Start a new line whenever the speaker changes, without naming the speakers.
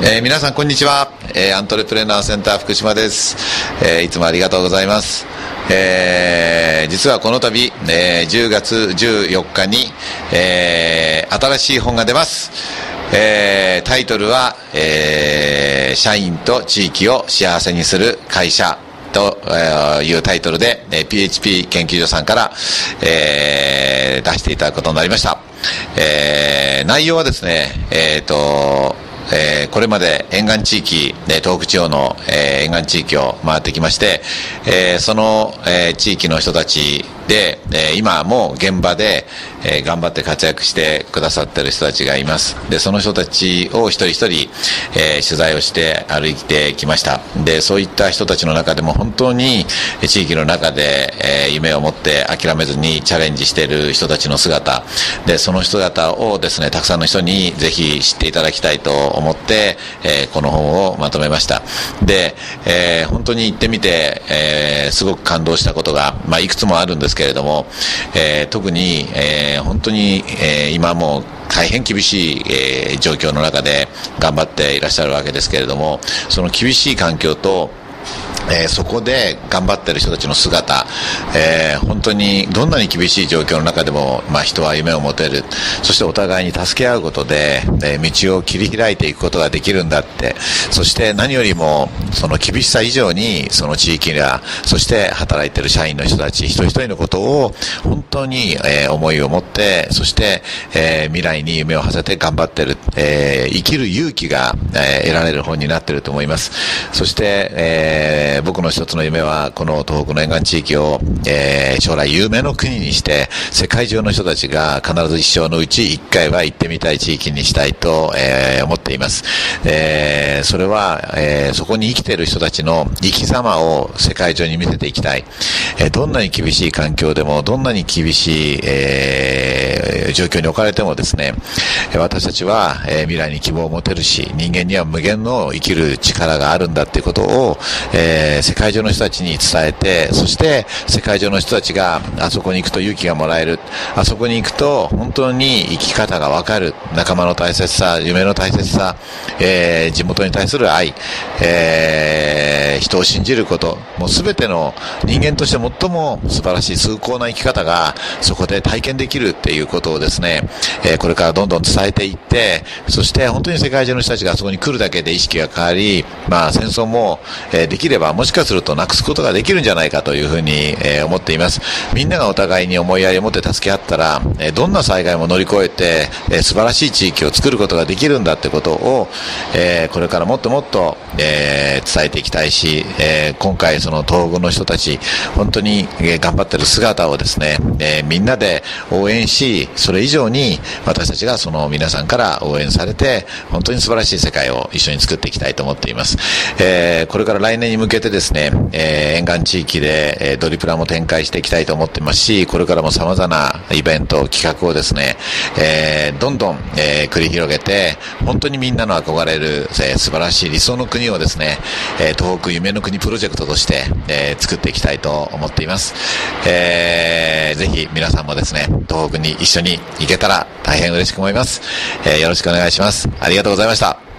皆さんこんにちは、アントレプレナーセンター福島です。いつもありがとうございます。実はこの度、10月14日に、新しい本が出ます。タイトルは、社員と地域を幸せにする会社というタイトルで、PHP 研究所さんから、出していただくことになりました。内容はですね、これまで沿岸地域、東北地方の、沿岸地域を回ってきまして、その、地域の人たちで、今も現場で、頑張って活躍してくださっている人たちがいます。で、その人たちを一人一人、取材をして歩いてきました。で、そういった人たちの中でも本当に地域の中で、夢を持って諦めずにチャレンジしている人たちの姿で、その人姿をですね、たくさんの人にぜひ知っていただきたいと思って、この本をまとめました。で、本当に行ってみて、すごく感動したことが、いくつもあるんですけれども、特に、本当に、今もう大変厳しい、状況の中で頑張っていらっしゃるわけですけれども、その厳しい環境とそこで頑張っている人たちの姿、本当にどんなに厳しい状況の中でも、人は夢を持てる。そしてお互いに助け合うことで、道を切り開いていくことができるんだって。そして何よりもその厳しさ以上にその地域が、そして働いている社員の人たち一人一人のことを本当に、思いを持って、そして、未来に夢を馳せて頑張っている、生きる勇気が、得られる本になっていると思います。そして、僕の一つの夢はこの東北の沿岸地域を、将来夢の国にして世界中の人たちが必ず一生のうち一回は行ってみたい地域にしたいと、思っています。それは、そこに生きている人たちの生き様を世界中に見せていきたい。どんなに厳しい環境でもどんなに厳しい、状況に置かれてもですね、私たちは、未来に希望を持てるし、人間には無限の生きる力があるんだっていうことを、世界中の人たちに伝えて、そして世界中の人たちがあそこに行くと勇気がもらえる、あそこに行くと本当に生き方がわかる、仲間の大切さ、夢の大切さ、地元に対する愛、人を信じること、もう全ての人間として最も素晴らしい崇高な生き方がそこで体験できるっていうことをですね、これからどんどん伝えていって、そして本当に世界中の人たちがあそこに来るだけで意識が変わり、戦争も、できればもしかするとなくすことができるんじゃないかというふうに、思っています。みんながお互いに思いやりを持って助け合ったら、どんな災害も乗り越えて、素晴らしい地域を作ることができるんだってことを、これからもっともっと、伝えていきたいし、今回その東北の人たち本当に、頑張ってる姿をですね、みんなで応援し、それ以上に私たちがその皆さんから応援されて本当に素晴らしい世界を一緒に作っていきたいと思っています。これから来年に向けてですね、沿岸地域で、ドリプラも展開していきたいと思っていますし、これからも様々なイベント企画をですね、どんどん、繰り広げて本当にみんなの憧れる、素晴らしい理想の国をですね、東北夢の国プロジェクトとして、作っていきたいと思っています。ぜひ皆さんもですね、東北に一緒に行けたら大変嬉しく思います。よろしくお願いします。ありがとうございました。